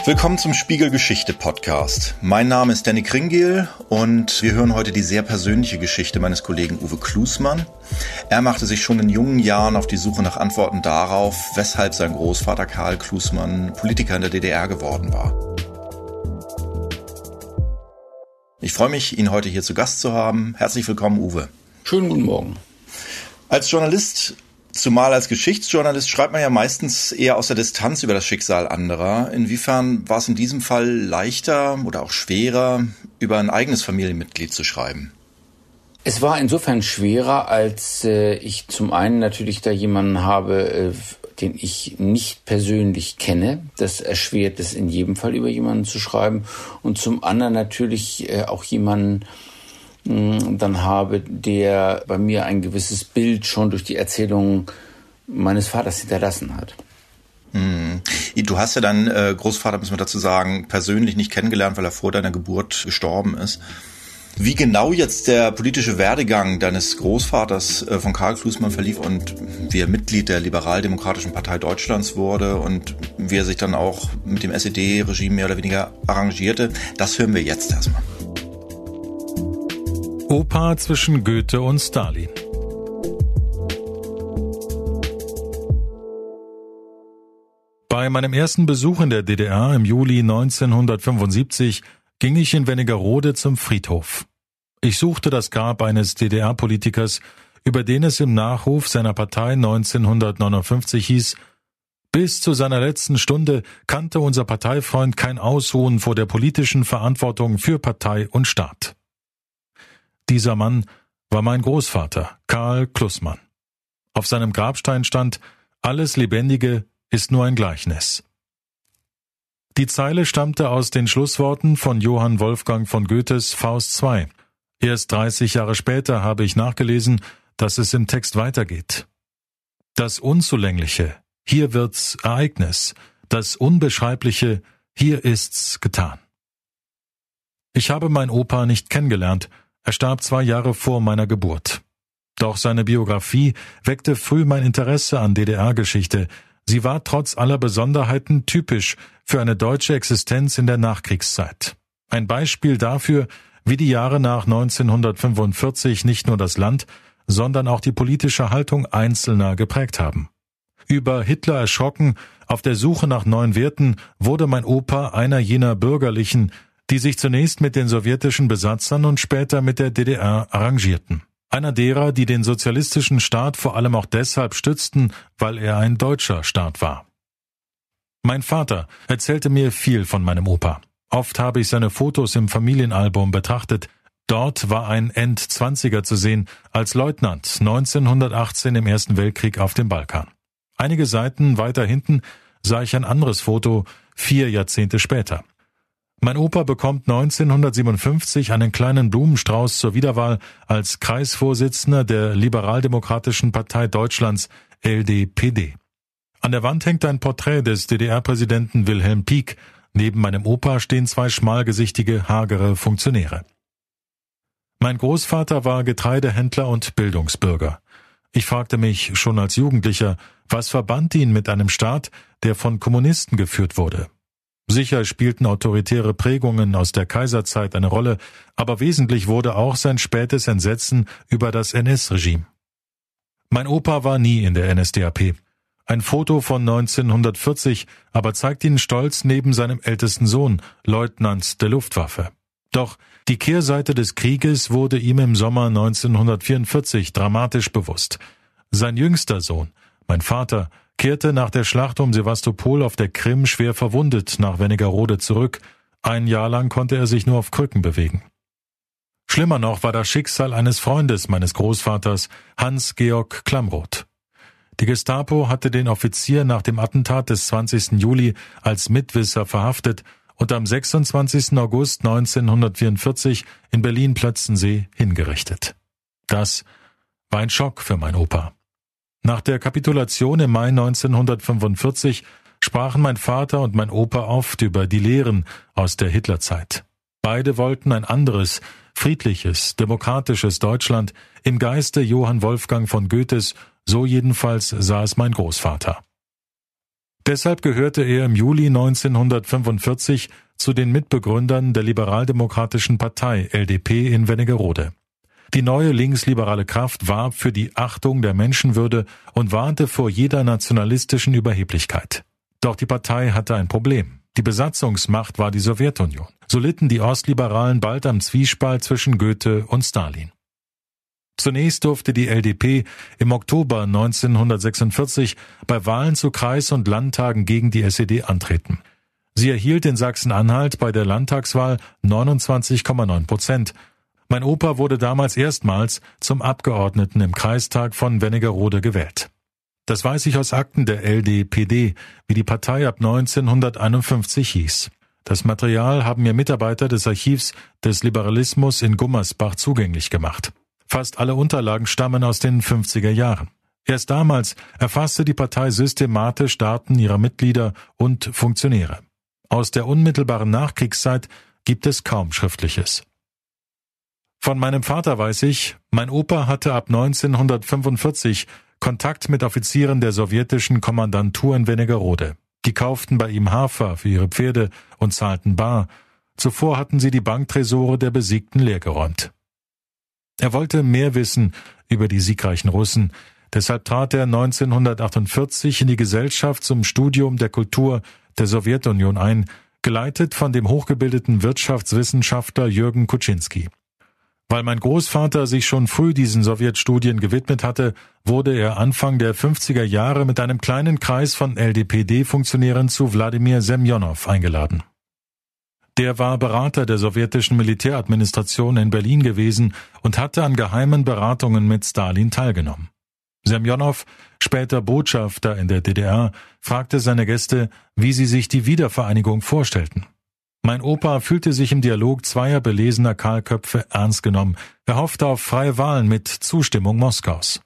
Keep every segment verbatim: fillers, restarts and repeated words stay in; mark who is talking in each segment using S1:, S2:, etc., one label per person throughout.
S1: Willkommen zum Spiegel Geschichte Podcast. Mein Name ist Danny Kringiel und wir hören heute die sehr persönliche Geschichte meines Kollegen Uwe Klusmann. Er machte sich schon in jungen Jahren auf die Suche nach Antworten darauf, weshalb sein Großvater Karl Klusmann Politiker in der D D R geworden war. Ich freue mich, ihn heute hier zu Gast zu haben. Herzlich willkommen, Uwe.
S2: Schönen guten Morgen.
S1: Als Journalist, zumal als Geschichtsjournalist, schreibt man ja meistens eher aus der Distanz über das Schicksal anderer. Inwiefern war es in diesem Fall leichter oder auch schwerer, über ein eigenes Familienmitglied zu schreiben?
S2: Es war insofern schwerer, als äh, ich zum einen natürlich da jemanden habe, äh, den ich nicht persönlich kenne. Das erschwert es in jedem Fall, über jemanden zu schreiben. Und zum anderen natürlich äh, auch jemanden dann habe, der bei mir ein gewisses Bild schon durch die Erzählung meines Vaters hinterlassen hat.
S1: Hm. Du hast ja deinen äh, Großvater, müssen wir dazu sagen, persönlich nicht kennengelernt, weil er vor deiner Geburt gestorben ist. Wie genau jetzt der politische Werdegang deines Großvaters äh, von Karl Klusmann verlief und wie er Mitglied der Liberaldemokratischen Partei Deutschlands wurde und wie er sich dann auch mit dem S E D-Regime mehr oder weniger arrangierte, das hören wir jetzt erstmal.
S3: Opa zwischen Goethe und Stalin. Bei meinem ersten Besuch in der D D R im Juli neunzehnhundertfünfundsiebzig ging ich in Wernigerode zum Friedhof. Ich suchte das Grab eines D D R-Politikers, über den es im Nachruf seiner Partei neunzehnhundertneunundfünfzig hieß: Bis zu seiner letzten Stunde kannte unser Parteifreund kein Ausruhen vor der politischen Verantwortung für Partei und Staat. Dieser Mann war mein Großvater, Karl Klusmann. Auf seinem Grabstein stand: Alles Lebendige ist nur ein Gleichnis. Die Zeile stammte aus den Schlussworten von Johann Wolfgang von Goethes Faust zwei. Erst dreißig Jahre später habe ich nachgelesen, dass es im Text weitergeht. Das Unzulängliche, hier wird's Ereignis. Das Unbeschreibliche, hier ist's getan. Ich habe meinen Opa nicht kennengelernt. Er starb zwei Jahre vor meiner Geburt. Doch seine Biografie weckte früh mein Interesse an D D R-Geschichte. Sie war trotz aller Besonderheiten typisch für eine deutsche Existenz in der Nachkriegszeit. Ein Beispiel dafür, wie die Jahre nach neunzehnhundertfünfundvierzig nicht nur das Land, sondern auch die politische Haltung Einzelner geprägt haben. Über Hitler erschrocken, auf der Suche nach neuen Werten, wurde mein Opa einer jener Bürgerlichen, die sich zunächst mit den sowjetischen Besatzern und später mit der D D R arrangierten. Einer derer, die den sozialistischen Staat vor allem auch deshalb stützten, weil er ein deutscher Staat war. Mein Vater erzählte mir viel von meinem Opa. Oft habe ich seine Fotos im Familienalbum betrachtet. Dort war ein Endzwanziger zu sehen, als Leutnant neunzehnhundertachtzehn im Ersten Weltkrieg auf dem Balkan. Einige Seiten weiter hinten sah ich ein anderes Foto, vier Jahrzehnte später. Mein Opa bekommt neunzehnhundertsiebenundfünfzig einen kleinen Blumenstrauß zur Wiederwahl als Kreisvorsitzender der Liberaldemokratischen Partei Deutschlands, L D P D. An der Wand hängt ein Porträt des D D R-Präsidenten Wilhelm Pieck. Neben meinem Opa stehen zwei schmalgesichtige, hagere Funktionäre. Mein Großvater war Getreidehändler und Bildungsbürger. Ich fragte mich schon als Jugendlicher, was verband ihn mit einem Staat, der von Kommunisten geführt wurde? Sicher spielten autoritäre Prägungen aus der Kaiserzeit eine Rolle, aber wesentlich wurde auch sein spätes Entsetzen über das N S-Regime. Mein Opa war nie in der N S D A P. Ein Foto von neunzehnhundertvierzig aber zeigt ihn stolz neben seinem ältesten Sohn, Leutnant der Luftwaffe. Doch die Kehrseite des Krieges wurde ihm im Sommer neunzehnhundertvierundvierzig dramatisch bewusst. Sein jüngster Sohn, mein Vater, kehrte nach der Schlacht um Sewastopol auf der Krim schwer verwundet nach Wernigerode zurück. Ein Jahr lang konnte er sich nur auf Krücken bewegen. Schlimmer noch war das Schicksal eines Freundes meines Großvaters, Hans-Georg Klamroth. Die Gestapo hatte den Offizier nach dem Attentat des zwanzigsten Juli als Mitwisser verhaftet und am sechsundzwanzigsten August neunzehnhundertvierundvierzig in Berlin-Plötzensee hingerichtet. Das war ein Schock für mein Opa. Nach der Kapitulation im Mai neunzehnhundertfünfundvierzig sprachen mein Vater und mein Opa oft über die Lehren aus der Hitlerzeit. Beide wollten ein anderes, friedliches, demokratisches Deutschland im Geiste Johann Wolfgang von Goethes, so jedenfalls sah es mein Großvater. Deshalb gehörte er im Juli neunzehnhundertfünfundvierzig zu den Mitbegründern der Liberaldemokratischen Partei L D P in Wernigerode. Die neue linksliberale Kraft warb für die Achtung der Menschenwürde und warnte vor jeder nationalistischen Überheblichkeit. Doch die Partei hatte ein Problem. Die Besatzungsmacht war die Sowjetunion. So litten die Ostliberalen bald am Zwiespalt zwischen Goethe und Stalin. Zunächst durfte die L D P im Oktober neunzehnhundertsechsundvierzig bei Wahlen zu Kreis- und Landtagen gegen die S E D antreten. Sie erhielt in Sachsen-Anhalt bei der Landtagswahl neunundzwanzig Komma neun Prozent. Mein Opa wurde damals erstmals zum Abgeordneten im Kreistag von Wernigerode gewählt. Das weiß ich aus Akten der L D P D, wie die Partei ab neunzehnhunderteinundfünfzig hieß. Das Material haben mir Mitarbeiter des Archivs des Liberalismus in Gummersbach zugänglich gemacht. Fast alle Unterlagen stammen aus den fünfziger Jahren. Erst damals erfasste die Partei systematisch Daten ihrer Mitglieder und Funktionäre. Aus der unmittelbaren Nachkriegszeit gibt es kaum Schriftliches. Von meinem Vater weiß ich, mein Opa hatte ab neunzehnhundertfünfundvierzig Kontakt mit Offizieren der sowjetischen Kommandantur in Wernigerode. Die kauften bei ihm Hafer für ihre Pferde und zahlten bar. Zuvor hatten sie die Banktresore der Besiegten leergeräumt. Er wollte mehr wissen über die siegreichen Russen. Deshalb trat er neunzehnhundertachtundvierzig in die Gesellschaft zum Studium der Kultur der Sowjetunion ein, geleitet von dem hochgebildeten Wirtschaftswissenschaftler Jürgen Kuczynski. Weil mein Großvater sich schon früh diesen Sowjetstudien gewidmet hatte, wurde er Anfang der fünfziger Jahre mit einem kleinen Kreis von L D P D-Funktionären zu Wladimir Semjonow eingeladen. Der war Berater der sowjetischen Militäradministration in Berlin gewesen und hatte an geheimen Beratungen mit Stalin teilgenommen. Semjonow, später Botschafter in der D D R, fragte seine Gäste, wie sie sich die Wiedervereinigung vorstellten. Mein Opa fühlte sich im Dialog zweier belesener Kahlköpfe ernst genommen. Er hoffte auf freie Wahlen mit Zustimmung Moskaus.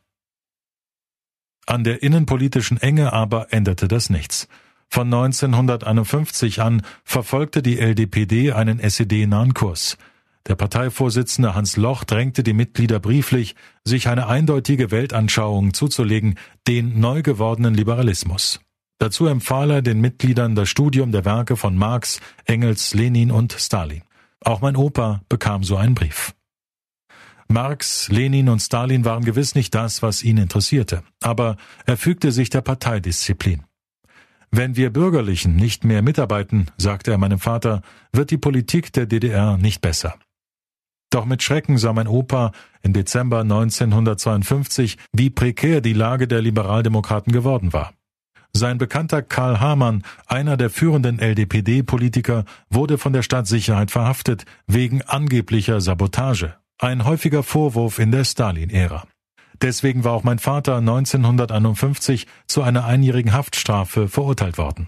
S3: An der innenpolitischen Enge aber änderte das nichts. Von neunzehnhunderteinundfünfzig an verfolgte die L D P D einen S E D-nahen Kurs. Der Parteivorsitzende Hans Loch drängte die Mitglieder brieflich, sich eine eindeutige Weltanschauung zuzulegen, den neu gewordenen Liberalismus. Dazu empfahl er den Mitgliedern das Studium der Werke von Marx, Engels, Lenin und Stalin. Auch mein Opa bekam so einen Brief. Marx, Lenin und Stalin waren gewiss nicht das, was ihn interessierte, aber er fügte sich der Parteidisziplin. Wenn wir Bürgerlichen nicht mehr mitarbeiten, sagte er meinem Vater, wird die Politik der D D R nicht besser. Doch mit Schrecken sah mein Opa im Dezember neunzehnhundertzweiundfünfzig, wie prekär die Lage der Liberaldemokraten geworden war. Sein Bekannter Karl Hamann, einer der führenden L D P D-Politiker, wurde von der Staatssicherheit verhaftet wegen angeblicher Sabotage, ein häufiger Vorwurf in der Stalin-Ära. Deswegen war auch mein Vater neunzehnhunderteinundfünfzig zu einer einjährigen Haftstrafe verurteilt worden.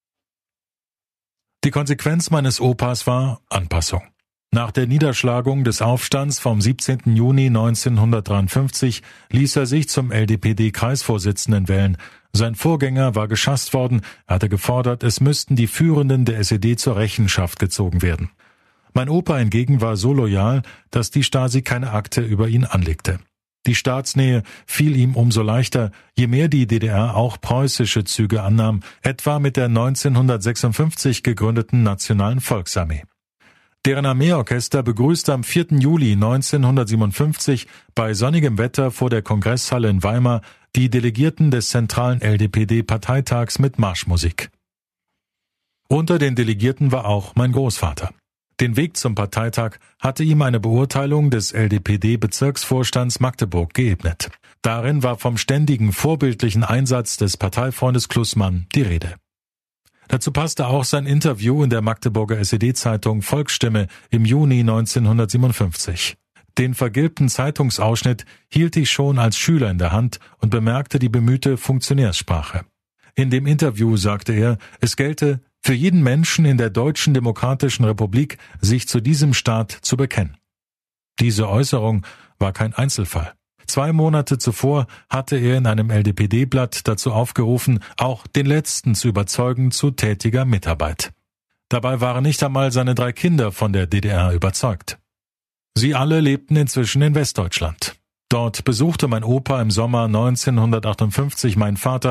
S3: Die Konsequenz meines Opas war Anpassung. Nach der Niederschlagung des Aufstands vom siebzehnten Juni neunzehnhundertdreiundfünfzig ließ er sich zum L D P D-Kreisvorsitzenden wählen. Sein Vorgänger war geschasst worden, er hatte gefordert, es müssten die Führenden der S E D zur Rechenschaft gezogen werden. Mein Opa hingegen war so loyal, dass die Stasi keine Akte über ihn anlegte. Die Staatsnähe fiel ihm umso leichter, je mehr die D D R auch preußische Züge annahm, etwa mit der neunzehnhundertsechsundfünfzig gegründeten Nationalen Volksarmee. Deren Armeeorchester begrüßte am vierten Juli neunzehnhundertsiebenundfünfzig bei sonnigem Wetter vor der Kongresshalle in Weimar die Delegierten des zentralen L D P D-Parteitags mit Marschmusik. Unter den Delegierten war auch mein Großvater. Den Weg zum Parteitag hatte ihm eine Beurteilung des L D P D-Bezirksvorstands Magdeburg geebnet. Darin war vom ständigen vorbildlichen Einsatz des Parteifreundes Klussmann die Rede. Dazu passte auch sein Interview in der Magdeburger S E D-Zeitung Volksstimme im Juni neunzehnhundertsiebenundfünfzig. Den vergilbten Zeitungsausschnitt hielt ich schon als Schüler in der Hand und bemerkte die bemühte Funktionärssprache. In dem Interview sagte er, es gelte für jeden Menschen in der Deutschen Demokratischen Republik, sich zu diesem Staat zu bekennen. Diese Äußerung war kein Einzelfall. Zwei Monate zuvor hatte er in einem L D P D-Blatt dazu aufgerufen, auch den Letzten zu überzeugen zu tätiger Mitarbeit. Dabei waren nicht einmal seine drei Kinder von der D D R überzeugt. Sie alle lebten inzwischen in Westdeutschland. Dort besuchte mein Opa im Sommer neunzehnhundertachtundfünfzig meinen Vater,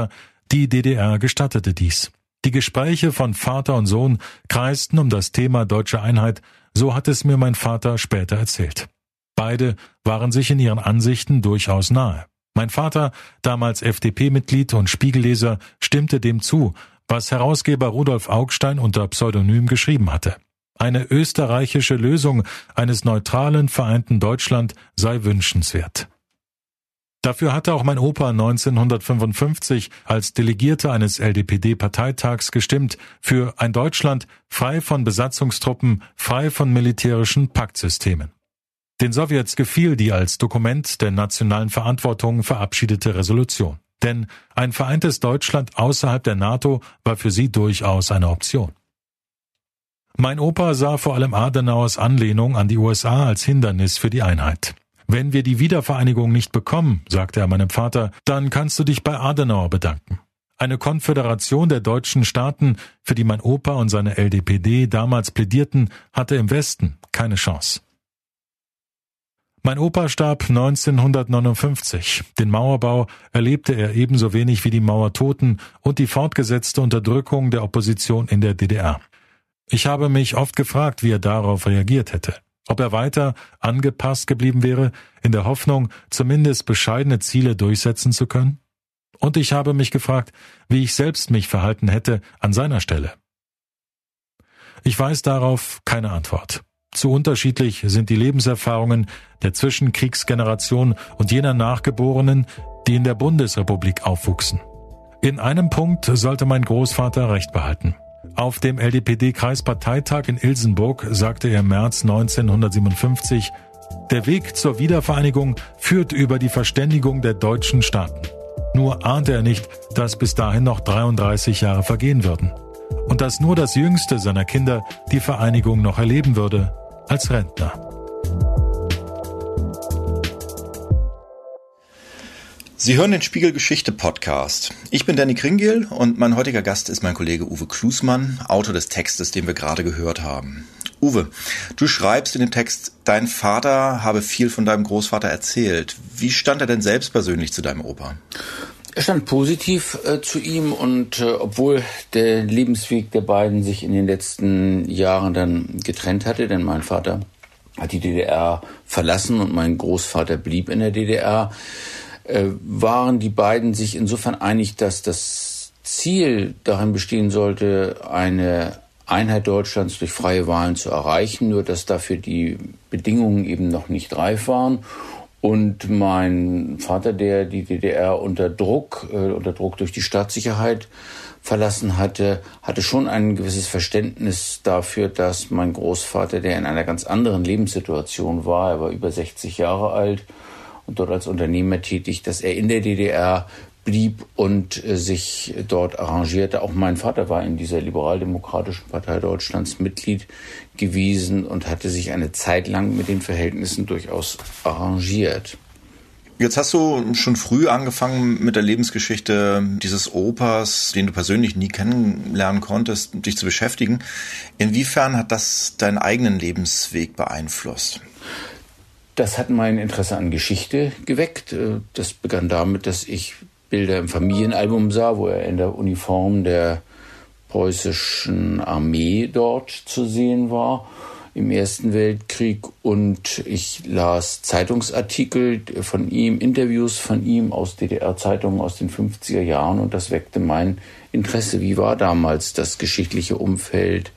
S3: Die D D R gestattete dies. Die Gespräche von Vater und Sohn kreisten um das Thema deutsche Einheit, so hat es mir mein Vater später erzählt. Beide waren sich in ihren Ansichten durchaus nahe. Mein Vater, damals F D P-Mitglied und Spiegelleser, stimmte dem zu, was Herausgeber Rudolf Augstein unter Pseudonym geschrieben hatte. Eine österreichische Lösung eines neutralen, vereinten Deutschland sei wünschenswert. Dafür hatte auch mein Opa neunzehnhundertfünfundfünfzig als Delegierter eines L D P D-Parteitags gestimmt für ein Deutschland frei von Besatzungstruppen, frei von militärischen Paktsystemen. Den Sowjets gefiel die als Dokument der nationalen Verantwortung verabschiedete Resolution. Denn ein vereintes Deutschland außerhalb der NATO war für sie durchaus eine Option. Mein Opa sah vor allem Adenauers Anlehnung an die U S A als Hindernis für die Einheit. Wenn wir die Wiedervereinigung nicht bekommen, sagte er meinem Vater, dann kannst du dich bei Adenauer bedanken. Eine Konföderation der deutschen Staaten, für die mein Opa und seine L D P D damals plädierten, hatte im Westen keine Chance. Mein Opa starb neunzehnhundertneunundfünfzig. Den Mauerbau erlebte er ebenso wenig wie die Mauertoten und die fortgesetzte Unterdrückung der Opposition in der D D R. Ich habe mich oft gefragt, wie er darauf reagiert hätte. Ob er weiter angepasst geblieben wäre, in der Hoffnung, zumindest bescheidene Ziele durchsetzen zu können? Und ich habe mich gefragt, wie ich selbst mich verhalten hätte an seiner Stelle. Ich weiß darauf keine Antwort. Zu unterschiedlich sind die Lebenserfahrungen der Zwischenkriegsgeneration und jener Nachgeborenen, die in der Bundesrepublik aufwuchsen. In einem Punkt sollte mein Großvater recht behalten. Auf dem L D P D-Kreisparteitag in Ilsenburg sagte er im März neunzehnhundertsiebenundfünfzig, der Weg zur Wiedervereinigung führt über die Verständigung der deutschen Staaten. Nur ahnte er nicht, dass bis dahin noch dreiunddreißig Jahre vergehen würden und dass nur das jüngste seiner Kinder die Vereinigung noch erleben würde, als Rentner.
S1: Sie hören den Spiegel Geschichte Podcast. Ich bin Danny Kringiel und mein heutiger Gast ist mein Kollege Uwe Klusmann, Autor des Textes, den wir gerade gehört haben. Uwe, du schreibst in dem Text, dein Vater habe viel von deinem Großvater erzählt. Wie stand er denn selbst persönlich zu deinem Opa?
S2: Er stand positiv äh, zu ihm und äh, obwohl der Lebensweg der beiden sich in den letzten Jahren dann getrennt hatte, denn mein Vater hat die D D R verlassen und mein Großvater blieb in der D D R, waren die beiden sich insofern einig, dass das Ziel darin bestehen sollte, eine Einheit Deutschlands durch freie Wahlen zu erreichen, nur dass dafür die Bedingungen eben noch nicht reif waren. Und mein Vater, der die D D R unter Druck, äh, unter Druck durch die Staatssicherheit verlassen hatte, hatte schon ein gewisses Verständnis dafür, dass mein Großvater, der in einer ganz anderen Lebenssituation war, er war über sechzig Jahre alt, und dort als Unternehmer tätig, dass er in der D D R blieb und äh, sich dort arrangierte. Auch mein Vater war in dieser liberaldemokratischen Partei Deutschlands Mitglied gewesen und hatte sich eine Zeit lang mit den Verhältnissen durchaus arrangiert.
S1: Jetzt hast du schon früh angefangen mit der Lebensgeschichte dieses Opas, den du persönlich nie kennenlernen konntest, dich zu beschäftigen. Inwiefern hat das deinen eigenen Lebensweg beeinflusst?
S2: Das hat mein Interesse an Geschichte geweckt. Das begann damit, dass ich Bilder im Familienalbum sah, wo er in der Uniform der preußischen Armee dort zu sehen war im Ersten Weltkrieg. Und ich las Zeitungsartikel von ihm, Interviews von ihm aus D D R-Zeitungen aus den fünfziger Jahren. Und das weckte mein Interesse. Wie war damals das geschichtliche Umfeld?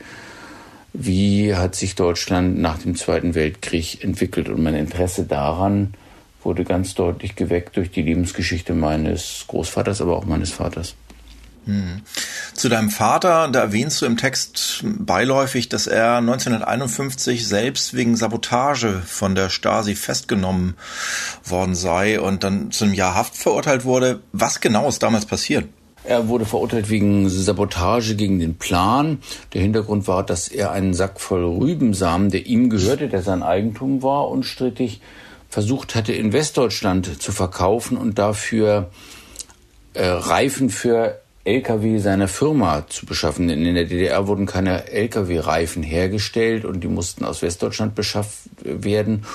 S2: Wie hat sich Deutschland nach dem Zweiten Weltkrieg entwickelt? Und mein Interesse daran wurde ganz deutlich geweckt durch die Lebensgeschichte meines Großvaters, aber auch meines Vaters.
S1: Hm. Zu deinem Vater, da erwähnst du im Text beiläufig, dass er neunzehnhunderteinundfünfzig selbst wegen Sabotage von der Stasi festgenommen worden sei und dann zu einem Jahr Haft verurteilt wurde. Was genau ist damals passiert?
S2: Er wurde verurteilt wegen Sabotage gegen den Plan. Der Hintergrund war, dass er einen Sack voll Rübensamen, der ihm gehörte, der sein Eigentum war, unstrittig versucht hatte, in Westdeutschland zu verkaufen und dafür äh, Reifen für L K W seiner Firma zu beschaffen. Denn in der D D R wurden keine L K W-Reifen hergestellt und die mussten aus Westdeutschland beschafft werden.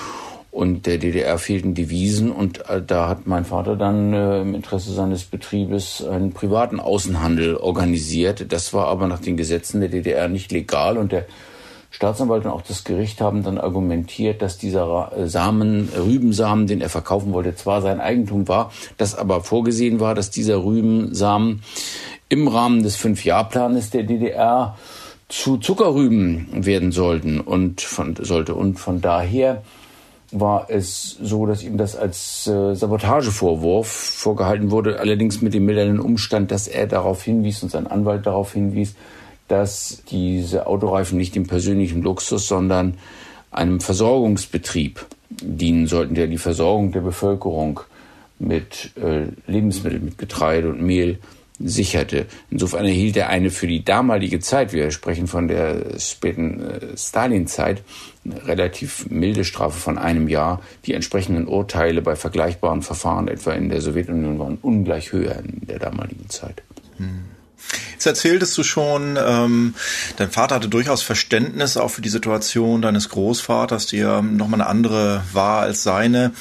S2: Und der D D R fehlten Devisen und äh, da hat mein Vater dann äh, im Interesse seines Betriebes einen privaten Außenhandel organisiert. Das war aber nach den Gesetzen der D D R nicht legal und der Staatsanwalt und auch das Gericht haben dann argumentiert, dass dieser Samen, Rübensamen, den er verkaufen wollte, zwar sein Eigentum war, dass aber vorgesehen war, dass dieser Rübensamen im Rahmen des Fünfjahrplanes der D D R zu Zuckerrüben werden sollten und von, sollte. Und von daher war es so, dass ihm das als äh, Sabotagevorwurf vorgehalten wurde, allerdings mit dem mildernden Umstand, dass er darauf hinwies und sein Anwalt darauf hinwies, dass diese Autoreifen nicht dem persönlichen Luxus, sondern einem Versorgungsbetrieb dienen sollten, der die Versorgung der Bevölkerung mit äh, Lebensmitteln, mit Getreide und Mehl sicherte. Insofern erhielt er eine für die damalige Zeit, wir sprechen von der späten äh, Stalin-Zeit, eine relativ milde Strafe von einem Jahr. Die entsprechenden Urteile bei vergleichbaren Verfahren, etwa in der Sowjetunion, waren ungleich höher in der damaligen Zeit.
S1: Hm. Jetzt erzähltest du schon, ähm, dein Vater hatte durchaus Verständnis auch für die Situation deines Großvaters, die ja nochmal eine andere war als seine.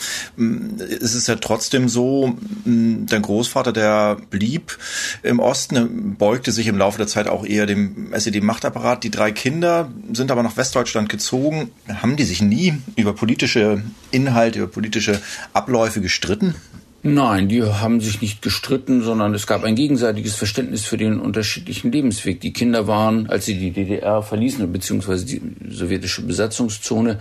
S1: Es ist ja trotzdem so, dein Großvater, der blieb im Osten, beugte sich im Laufe der Zeit auch eher dem S E D-Machtapparat. Die drei Kinder sind aber nach Westdeutschland gezogen. Haben die sich nie über politische Inhalte, über politische Abläufe gestritten?
S2: Nein, die haben sich nicht gestritten, sondern es gab ein gegenseitiges Verständnis für den unterschiedlichen Lebensweg. Die Kinder waren, als sie die D D R verließen, beziehungsweise die sowjetische Besatzungszone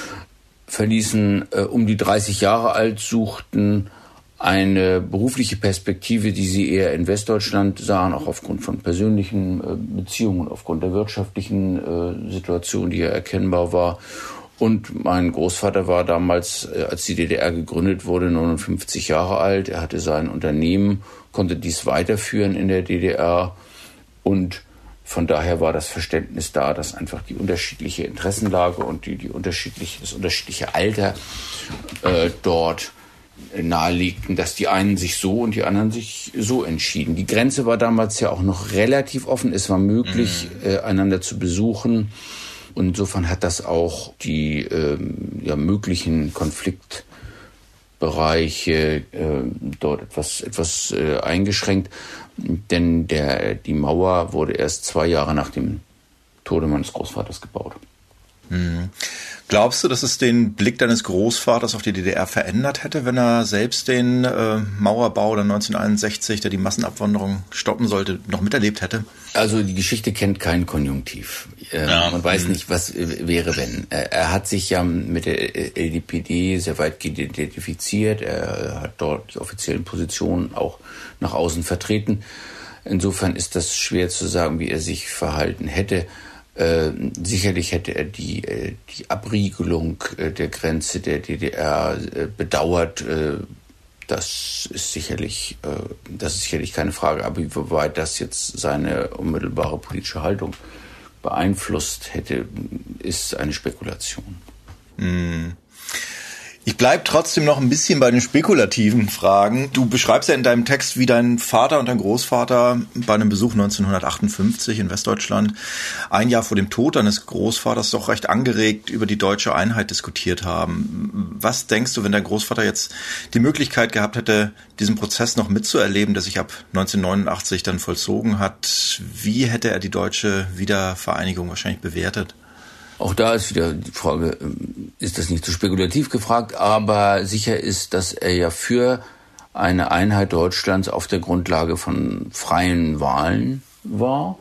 S2: verließen, äh, um die dreißig Jahre alt, suchten eine berufliche Perspektive, die sie eher in Westdeutschland sahen, auch aufgrund von persönlichen äh, Beziehungen, aufgrund der wirtschaftlichen äh, Situation, die ja erkennbar war. Und mein Großvater war damals, als die D D R gegründet wurde, neunundfünfzig Jahre alt. Er hatte sein Unternehmen, konnte dies weiterführen in der D D R. Und von daher war das Verständnis da, dass einfach die unterschiedliche Interessenlage und die, die unterschiedliche, das unterschiedliche Alter äh, dort nahelegten, dass die einen sich so und die anderen sich so entschieden. Die Grenze war damals ja auch noch relativ offen. Es war möglich, mhm. äh, einander zu besuchen. Und insofern hat das auch die ähm, ja, möglichen Konfliktbereiche äh, dort etwas, etwas äh, eingeschränkt. Denn der, die Mauer wurde erst zwei Jahre nach dem Tode meines Großvaters gebaut.
S1: Hm. Glaubst du, dass es den Blick deines Großvaters auf die D D R verändert hätte, wenn er selbst den äh, Mauerbau dann neunzehnhunderteinundsechzig, der die Massenabwanderung stoppen sollte, noch miterlebt hätte?
S2: Also die Geschichte kennt keinen Konjunktiv. Äh, ja. Man weiß nicht, was äh, wäre, wenn. Er, er hat sich ja mit der L D P D sehr weitgehend identifiziert. Er hat dort die offiziellen Positionen auch nach außen vertreten. Insofern ist das schwer zu sagen, wie er sich verhalten hätte. Äh, sicherlich hätte er die, äh, die Abriegelung äh, der Grenze der D D R äh, bedauert. Äh, das ist sicherlich, äh, das ist sicherlich keine Frage. Aber wie weit das jetzt seine unmittelbare politische Haltung beeinflusst hätte, ist eine Spekulation.
S1: Mm. Ich bleibe trotzdem noch ein bisschen bei den spekulativen Fragen. Du beschreibst ja in deinem Text, wie dein Vater und dein Großvater bei einem Besuch neunzehnhundertachtundfünfzig in Westdeutschland ein Jahr vor dem Tod deines Großvaters doch recht angeregt über die deutsche Einheit diskutiert haben. Was denkst du, wenn dein Großvater jetzt die Möglichkeit gehabt hätte, diesen Prozess noch mitzuerleben, der sich ab neunzehnhundertneunundachtzig dann vollzogen hat? Wie hätte er die deutsche Wiedervereinigung wahrscheinlich bewertet?
S2: Auch da ist wieder die Frage, ist das nicht zu spekulativ gefragt, aber sicher ist, dass er ja für eine Einheit Deutschlands auf der Grundlage von freien Wahlen war.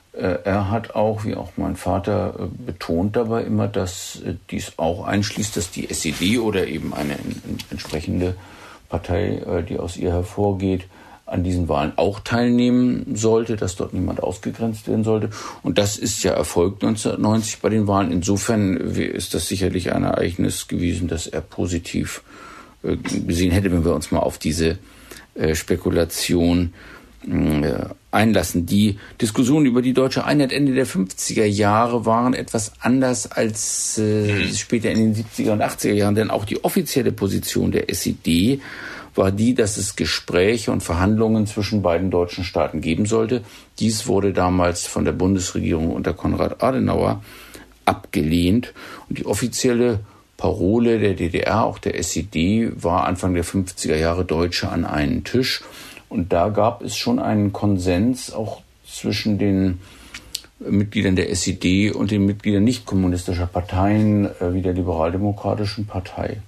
S2: Er hat auch, wie auch mein Vater, betont dabei immer, dass dies auch einschließt, dass die S E D oder eben eine entsprechende Partei, die aus ihr hervorgeht, an diesen Wahlen auch teilnehmen sollte, dass dort niemand ausgegrenzt werden sollte. Und das ist ja erfolgt neunzehnhundertneunzig bei den Wahlen. Insofern ist das sicherlich ein Ereignis gewesen, das er positiv äh, gesehen hätte, wenn wir uns mal auf diese äh, Spekulation äh, einlassen. Die Diskussionen über die deutsche Einheit Ende der fünfziger Jahre waren etwas anders als äh, später in den siebziger und achtziger Jahren, denn auch die offizielle Position der S E D war die, dass es Gespräche und Verhandlungen zwischen beiden deutschen Staaten geben sollte. Dies wurde damals von der Bundesregierung unter Konrad Adenauer abgelehnt. Und die offizielle Parole der D D R, auch der S E D, war Anfang der fünfziger Jahre Deutsche an einen Tisch. Und da gab es schon einen Konsens auch zwischen den Mitgliedern der S E D und den Mitgliedern nicht kommunistischer Parteien wie der Liberaldemokratischen Partei.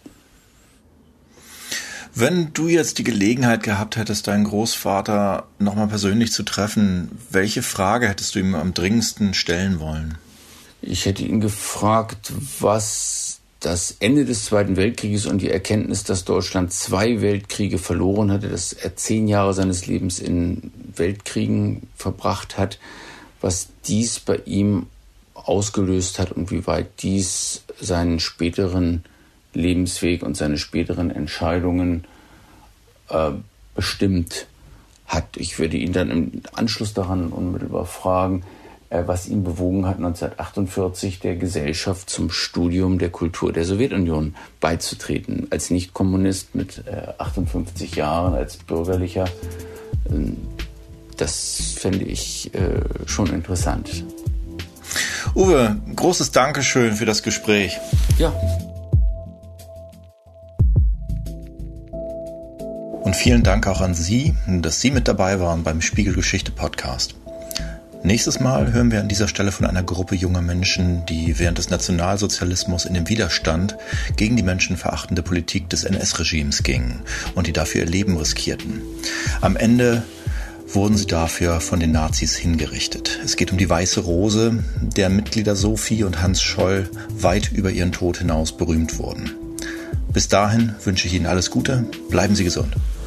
S1: Wenn du jetzt die Gelegenheit gehabt hättest, deinen Großvater nochmal persönlich zu treffen, welche Frage hättest du ihm am dringendsten stellen wollen?
S2: Ich hätte ihn gefragt, was das Ende des Zweiten Weltkrieges und die Erkenntnis, dass Deutschland zwei Weltkriege verloren hatte, dass er zehn Jahre seines Lebens in Weltkriegen verbracht hat, was dies bei ihm ausgelöst hat und wie weit dies seinen späteren Lebensweg und seine späteren Entscheidungen äh, bestimmt hat. Ich würde ihn dann im Anschluss daran unmittelbar fragen, äh, was ihn bewogen hat, neunzehnhundertachtundvierzig der Gesellschaft zum Studium der Kultur der Sowjetunion beizutreten. Als Nicht-Kommunist mit äh, achtundfünfzig Jahren, als Bürgerlicher. Äh, das fände ich äh, schon interessant.
S1: Uwe, großes Dankeschön für das Gespräch.
S2: Ja.
S1: Und vielen Dank auch an Sie, dass Sie mit dabei waren beim Spiegelgeschichte-Podcast. Nächstes Mal hören wir an dieser Stelle von einer Gruppe junger Menschen, die während des Nationalsozialismus in den Widerstand gegen die menschenverachtende Politik des N S-Regimes gingen und die dafür ihr Leben riskierten. Am Ende wurden sie dafür von den Nazis hingerichtet. Es geht um die Weiße Rose, deren Mitglieder Sophie und Hans Scholl weit über ihren Tod hinaus berühmt wurden. Bis dahin wünsche ich Ihnen alles Gute, bleiben Sie gesund.